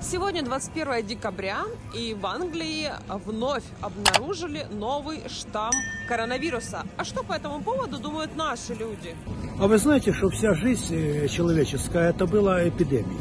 Сегодня 21 декабря, и в Англии вновь обнаружили новый штамм коронавируса. А что по этому поводу думают наши люди? А вы знаете, что вся жизнь человеческая это была эпидемией.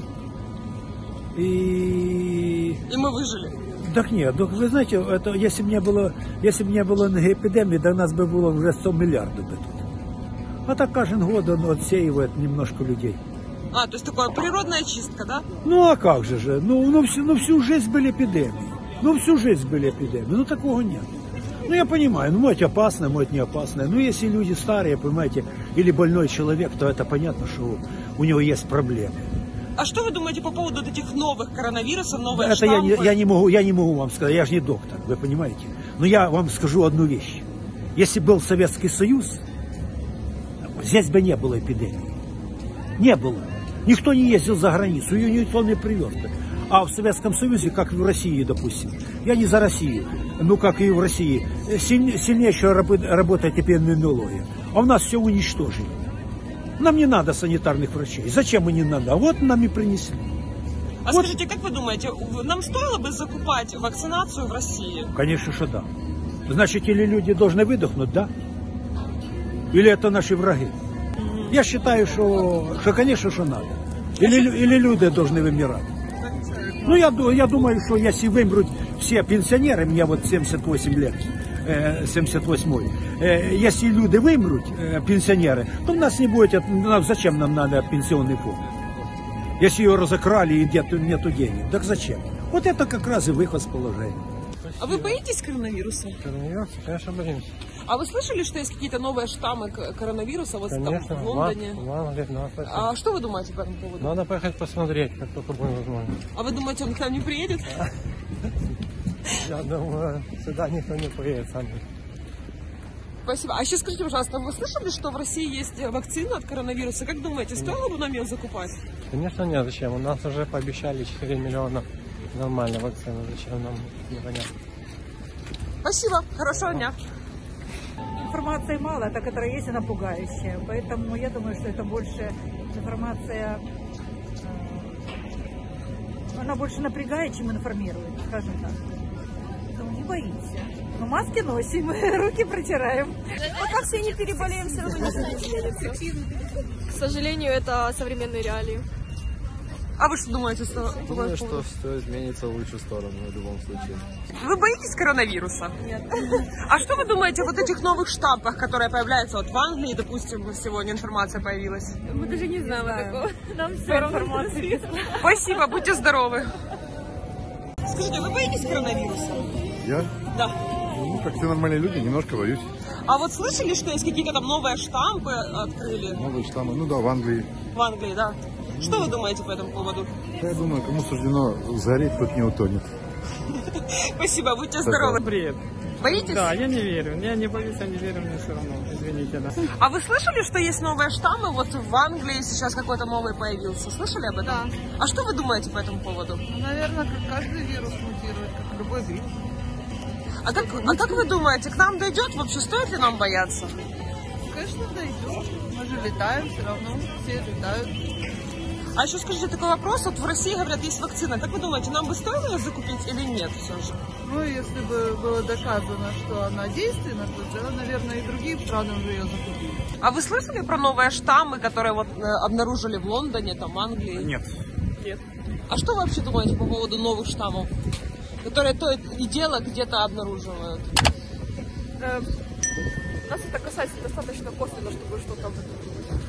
И мы выжили. Так нет, вы знаете, это, если бы не было эпидемии, то нас бы было уже 100 миллиардов бы тут. А так каждый год он отсеивает немножко людей. А, то есть такая природная чистка, да? Ну а как же? Всю жизнь были эпидемии. Всю жизнь были эпидемии. Такого нет. Я понимаю, может опасное, может не опасное. Если люди старые, понимаете, или больной человек, то это понятно, что у него есть проблемы. А что вы думаете по поводу этих новых коронавирусов, новых это штаммов? я не могу вам сказать, я же не доктор, вы понимаете. Но я вам скажу одну вещь. Если был Советский Союз, здесь бы не было эпидемии. Не было. Никто не ездил за границу, ее никто не привез. А в Советском Союзе, как и в России, допустим, я не за Россию, как и в России, сильнейшая работает эпидемиология. А у нас все уничтожили. Нам не надо санитарных врачей. Зачем им не надо? Вот нам и принесли. А скажите, как вы думаете, нам стоило бы закупать вакцинацию в России? Конечно, что да. Значит, или люди должны выдохнуть, да? Или это наши враги? Я считаю, что конечно, что надо. Или люди должны вымирать. Я думаю, что если вымрут все пенсионеры, мне вот 78 лет, 78-й, если люди вымрут, пенсионеры, то у нас не будет, зачем нам надо пенсионный фонд? Если ее разокрали и нету денег, так зачем? Вот это как раз и выход с положения. А вы боитесь коронавируса? Коронавирус, конечно, боимся. А вы слышали, что есть какие-то новые штаммы коронавируса конечно, там в Лондоне? В Англии, А что вы думаете по этому поводу? Надо поехать посмотреть, как только будет возможно. А вы думаете, он к нам не приедет? Я думаю, сюда никто не поедет сам. Спасибо. А еще скажите, пожалуйста, вы слышали, что в России есть вакцина от коронавируса? Как думаете, стоило бы нам ее закупать? Конечно, нет. Зачем? У нас уже пообещали 4 миллиона нормальной вакцины. Зачем нам, непонятно. Спасибо. Хорошего дня. Информации мало, та, которая есть, она пугающая. Поэтому я думаю, что это больше информация, она больше напрягает, чем информирует, скажем так. Поэтому не боимся. Но маски носим, руки протираем. Пока все не переболеем, все равно не изменится. К сожалению, это современные реалии. А вы что думаете? Думаю, что все изменится в лучшую сторону в любом случае. Вы боитесь коронавируса? Нет. А что вы думаете о вот этих новых штампах, которые появляются вот в Англии, допустим, сегодня информация появилась? Мы даже не знаем такого. Нам все равно. Спасибо, будьте здоровы. Скажите, вы боитесь коронавируса? Я? Да. Как все нормальные люди, немножко боюсь. А вот слышали, что есть какие-то там новые штампы открыли? Новые штаммы. Да, в Англии. В Англии, да. Что вы думаете по этому поводу? Я думаю, кому суждено сгореть, тот не утонет. Спасибо, будьте здоровы. Бред. Боитесь? Да, я не верю. Я не боюсь, я не верю, мне все равно. Извините, да. А вы слышали, что есть новые штаммы? Вот в Англии сейчас какой-то новый появился. Слышали об этом? Да. А что вы думаете по этому поводу? Наверное, как каждый вирус мутирует, как любой грипп. А как вы думаете, к нам дойдет? Вообще стоит ли нам бояться? Конечно, дойдет. Мы же летаем, все равно все летают. А еще скажите такой вопрос. Вот в России, говорят, есть вакцина. Как вы думаете, нам бы стоило ее закупить или нет все же? Если бы было доказано, что она действенна, то, наверное, и другие страны уже ее закупили. А вы слышали про новые штаммы, которые вот обнаружили в Лондоне, там, в Англии? Нет. Нет. А что вы вообще думаете по поводу новых штаммов, которые то и дело где-то обнаруживают? Нас это касается достаточно косвенно, чтобы что-то